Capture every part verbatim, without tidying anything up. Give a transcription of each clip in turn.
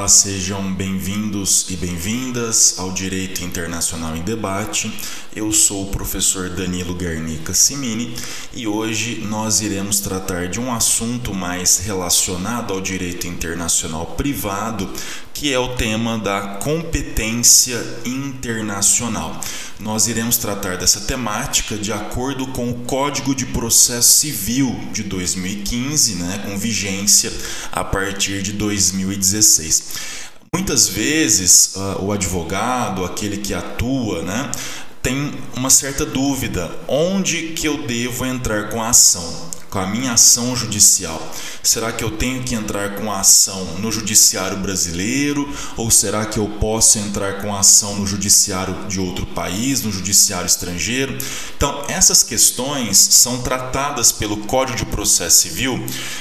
Olá, sejam bem-vindos e bem-vindas ao Direito Internacional em Debate. Eu sou o professor Danilo Garnica Simini e hoje nós iremos tratar de um assunto mais relacionado ao direito internacional privado, que é o tema da competência internacional. Nós iremos tratar dessa temática de acordo com o Código de Processo Civil de dois mil e quinze, né, com vigência a partir de dois mil e dezesseis. Muitas vezes uh, o advogado, aquele que atua, né, tem uma certa dúvida: onde que eu devo entrar com a ação, com a minha ação judicial? Será que eu tenho que entrar com a ação no judiciário brasileiro ou será que eu posso entrar com a ação no judiciário de outro país, no judiciário estrangeiro? Então, essas questões são tratadas pelo Código de Processo Civil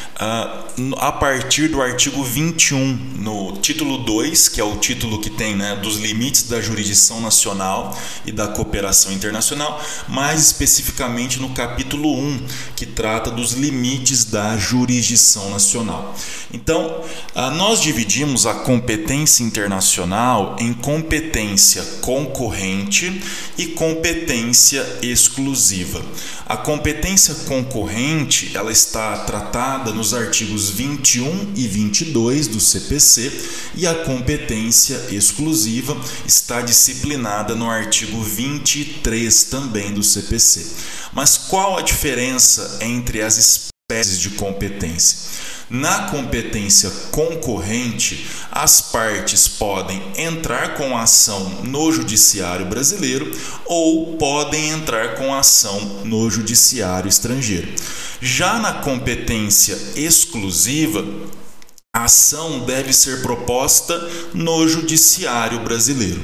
uh, a partir do artigo vinte e um, no título dois, que é o título que tem, né, dos limites da jurisdição nacional e da cooperação internacional, mais especificamente no capítulo um, que trata dos limites da jurisdição nacional. Então, nós dividimos a competência internacional em competência concorrente e competência exclusiva. A competência concorrente, ela está tratada nos artigos vinte e um e vinte e dois do C P C, e a competência exclusiva está disciplinada no artigo vinte e três também do C P C. Mas qual a diferença entre as espécies de competência? Na competência concorrente, as partes podem entrar com ação no judiciário brasileiro ou podem entrar com ação no judiciário estrangeiro. Já na competência exclusiva, a ação deve ser proposta no judiciário brasileiro.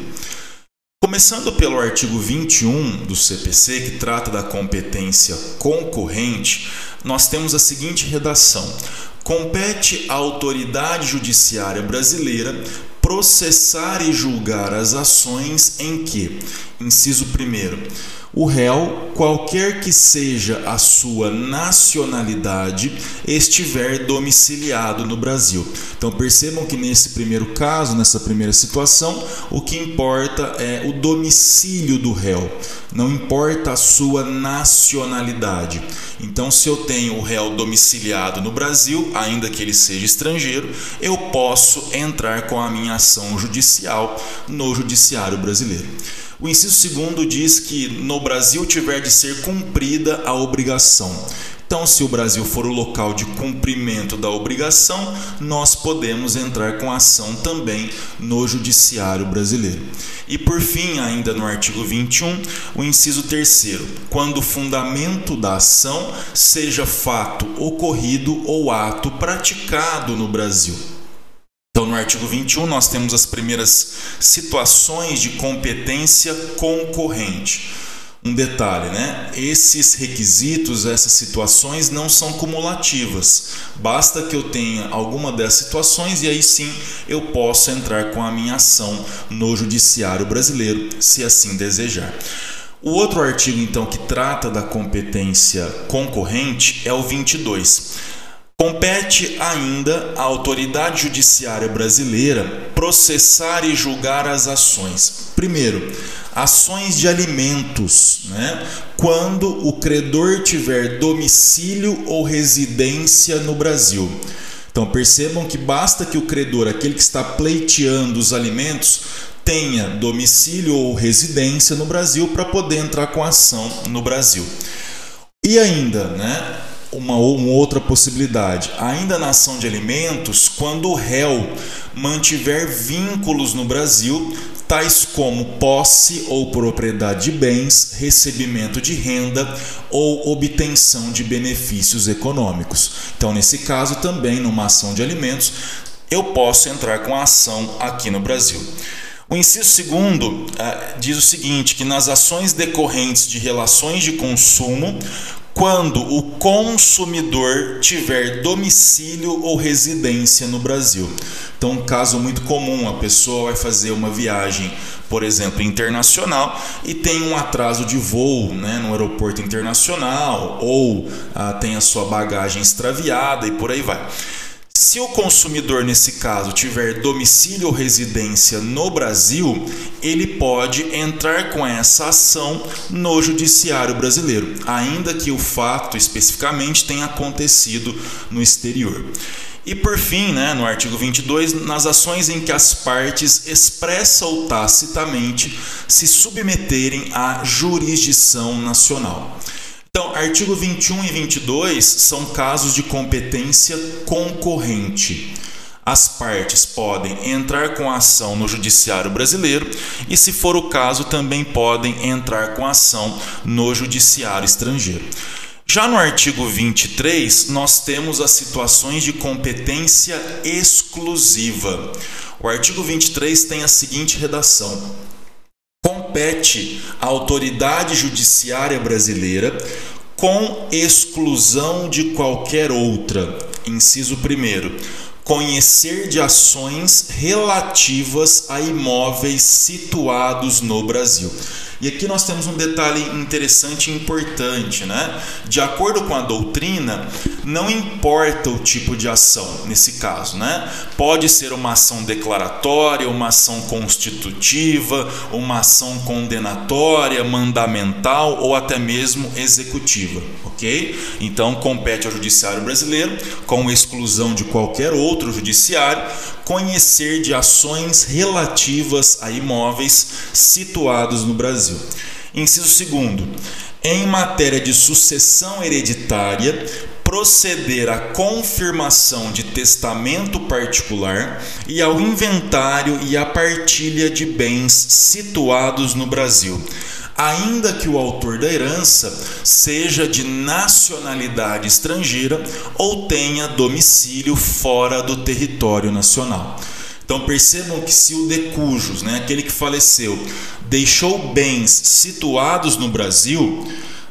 Começando pelo artigo vinte e um do C P C, que trata da competência concorrente, nós temos a seguinte redação: compete à autoridade judiciária brasileira processar e julgar as ações em que, inciso primeiro, o réu, qualquer que seja a sua nacionalidade, estiver domiciliado no Brasil. Então percebam que nesse primeiro caso, nessa primeira situação, o que importa é o domicílio do réu, não importa a sua nacionalidade. Então, se eu tenho o réu domiciliado no Brasil, ainda que ele seja estrangeiro, eu posso entrar com a minha ação judicial no judiciário brasileiro. O inciso segundo diz que no Brasil tiver de ser cumprida a obrigação. Então, se o Brasil for o local de cumprimento da obrigação, nós podemos entrar com ação também no judiciário brasileiro. E por fim, ainda no artigo vinte e um, o inciso terceiro, quando o fundamento da ação seja fato ocorrido ou ato praticado no Brasil. Então, no artigo vinte e um, nós temos as primeiras situações de competência concorrente. Um detalhe, né? Esses requisitos, essas situações não são cumulativas. Basta que eu tenha alguma dessas situações e aí sim eu posso entrar com a minha ação no judiciário brasileiro, se assim desejar. O outro artigo, então, que trata da competência concorrente é o vinte e dois. Compete ainda à autoridade judiciária brasileira processar e julgar as ações. Primeiro, ações de alimentos, né? Quando o credor tiver domicílio ou residência no Brasil. Então percebam que basta que o credor, aquele que está pleiteando os alimentos, tenha domicílio ou residência no Brasil para poder entrar com a ação no Brasil. E ainda, né? Uma, uma outra possibilidade, ainda na ação de alimentos, quando o réu mantiver vínculos no Brasil, tais como posse ou propriedade de bens, recebimento de renda ou obtenção de benefícios econômicos. Então, nesse caso, também numa ação de alimentos, eu posso entrar com a ação aqui no Brasil. O inciso segundo eh, diz o seguinte, que nas ações decorrentes de relações de consumo, quando o consumidor tiver domicílio ou residência no Brasil. Então, um caso muito comum, a pessoa vai fazer uma viagem, por exemplo, internacional e tem um atraso de voo, né, no aeroporto internacional ou ah, tem a sua bagagem extraviada e por aí vai. Se o consumidor, nesse caso, tiver domicílio ou residência no Brasil, ele pode entrar com essa ação no Judiciário Brasileiro, ainda que o fato especificamente tenha acontecido no exterior. E por fim, né, no artigo vinte e dois, nas ações em que as partes expressa ou tacitamente se submeterem à jurisdição nacional. Então, artigo vinte e um e vinte e dois são casos de competência concorrente. As partes podem entrar com a ação no Judiciário Brasileiro e, se for o caso, também podem entrar com a ação no Judiciário Estrangeiro. Já no artigo vinte e três, nós temos as situações de competência exclusiva. O artigo vinte e três tem a seguinte redação: compete à autoridade judiciária brasileira, com exclusão de qualquer outra, inciso primeiro, conhecer de ações relativas a imóveis situados no Brasil. E aqui nós temos um detalhe interessante e importante, né? De acordo com a doutrina, não importa o tipo de ação nesse caso, né? Pode ser uma ação declaratória, uma ação constitutiva, uma ação condenatória, mandamental ou até mesmo executiva, ok? Então, compete ao Judiciário Brasileiro, com exclusão de qualquer outro judiciário, conhecer de ações relativas a imóveis situados no Brasil. Inciso segundo, em matéria de sucessão hereditária, proceder à confirmação de testamento particular e ao inventário e à partilha de bens situados no Brasil, ainda que o autor da herança seja de nacionalidade estrangeira ou tenha domicílio fora do território nacional. Então percebam que se o de cujos, né, aquele que faleceu, deixou bens situados no Brasil,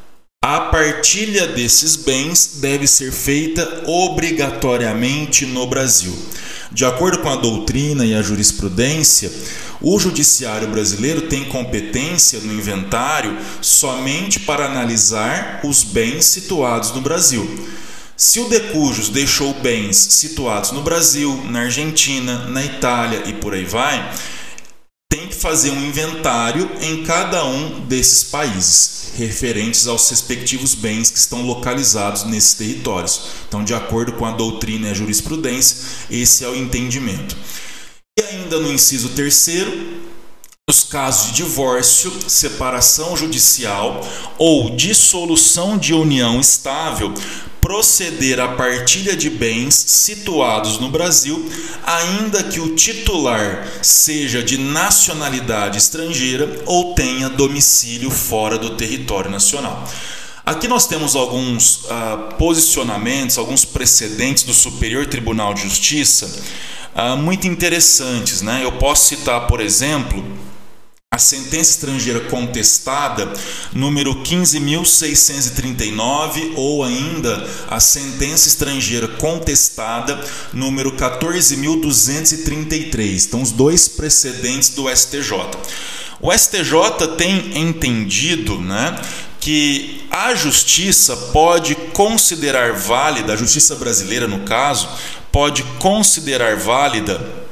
a partilha desses bens deve ser feita obrigatoriamente no Brasil. De acordo com a doutrina e a jurisprudência, o Judiciário Brasileiro tem competência no inventário somente para analisar os bens situados no Brasil. Se o de cujos deixou bens situados no Brasil, na Argentina, na Itália e por aí vai, tem que fazer um inventário em cada um desses países, referentes aos respectivos bens que estão localizados nesses territórios. Então, de acordo com a doutrina e a jurisprudência, esse é o entendimento. E ainda no inciso terceiro, os casos de divórcio, separação judicial ou dissolução de união estável, proceder à partilha de bens situados no Brasil, ainda que o titular seja de nacionalidade estrangeira ou tenha domicílio fora do território nacional. Aqui nós temos alguns uh, posicionamentos, alguns precedentes do Superior Tribunal de Justiça uh, muito interessantes, né? Eu posso citar, por exemplo, a sentença estrangeira contestada número quinze mil seiscentos e trinta e nove ou ainda a sentença estrangeira contestada número quatorze mil duzentos e trinta e três. Então, os dois precedentes do S T J. O S T J tem entendido, né, que a justiça pode considerar válida, a justiça brasileira no caso, pode considerar válida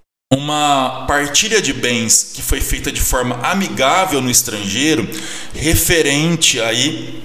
uma partilha de bens que foi feita de forma amigável no estrangeiro, referente aí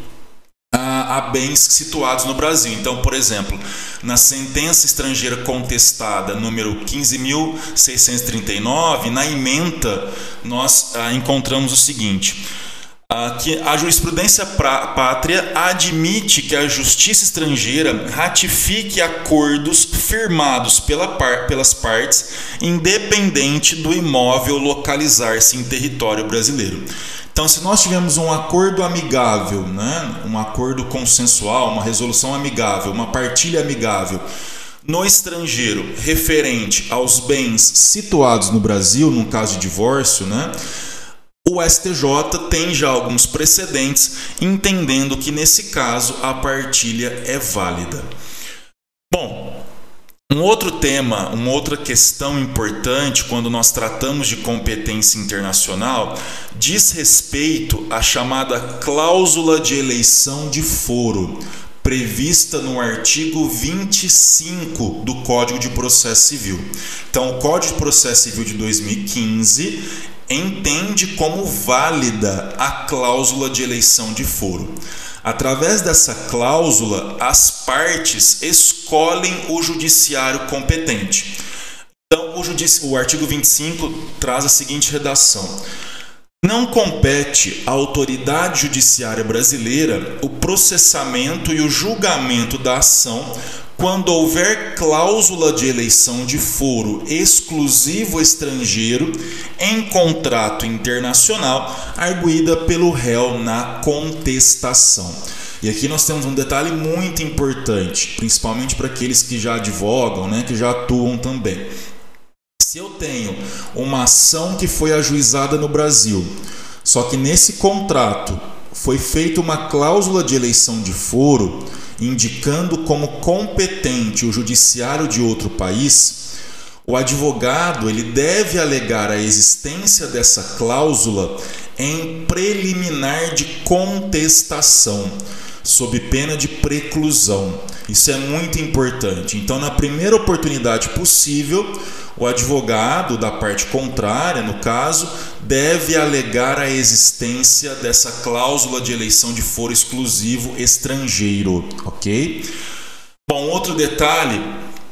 a, a bens situados no Brasil. Então, por exemplo, na sentença estrangeira contestada número quinze mil seiscentos e trinta e nove, na ementa, nós ah, encontramos o seguinte: que a jurisprudência pátria admite que a justiça estrangeira ratifique acordos firmados pela par, pelas partes, independente do imóvel localizar-se em território brasileiro. Então, se nós tivermos um acordo amigável, né, um acordo consensual, uma resolução amigável, uma partilha amigável no estrangeiro referente aos bens situados no Brasil, no caso de divórcio, né, o S T J tem já alguns precedentes, entendendo que nesse caso a partilha é válida. Bom, um outro tema, uma outra questão importante quando nós tratamos de competência internacional diz respeito à chamada cláusula de eleição de foro, prevista no artigo vinte e cinco do Código de Processo Civil. Então, o Código de Processo Civil de dois mil e quinze entende como válida a cláusula de eleição de foro. Através dessa cláusula, as partes escolhem o judiciário competente. Então, o, judici... o artigo vinte e cinco traz a seguinte redação: não compete à autoridade judiciária brasileira o processamento e o julgamento da ação quando houver cláusula de eleição de foro exclusivo estrangeiro em contrato internacional arguída pelo réu na contestação. E aqui nós temos um detalhe muito importante, principalmente para aqueles que já advogam, né, que já atuam também. Se eu tenho uma ação que foi ajuizada no Brasil, só que nesse contrato foi feita uma cláusula de eleição de foro, indicando como competente o judiciário de outro país, o advogado ele deve alegar a existência dessa cláusula em preliminar de contestação, sob pena de preclusão. Isso é muito importante. Então, na primeira oportunidade possível, o advogado da parte contrária, no caso, deve alegar a existência dessa cláusula de eleição de foro exclusivo estrangeiro, ok? Bom, outro detalhe,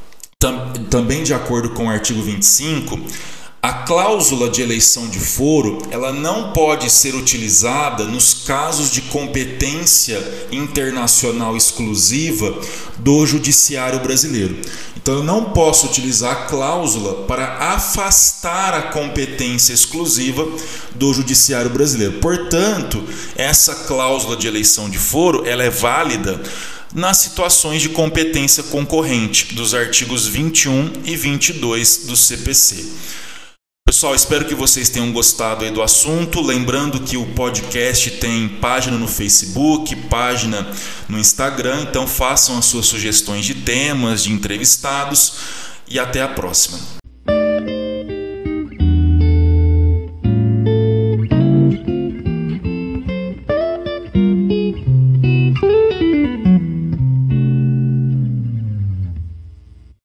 tam, também de acordo com o artigo vinte e cinco, a cláusula de eleição de foro ela não pode ser utilizada nos casos de competência internacional exclusiva do judiciário brasileiro. Então, eu não posso utilizar a cláusula para afastar a competência exclusiva do judiciário brasileiro. Portanto, essa cláusula de eleição de foro ela é válida nas situações de competência concorrente dos artigos vinte e um e vinte e dois do C P C. Pessoal, espero que vocês tenham gostado aí do assunto. Lembrando que o podcast tem página no Facebook, página no Instagram. Então façam as suas sugestões de temas, de entrevistados e até a próxima.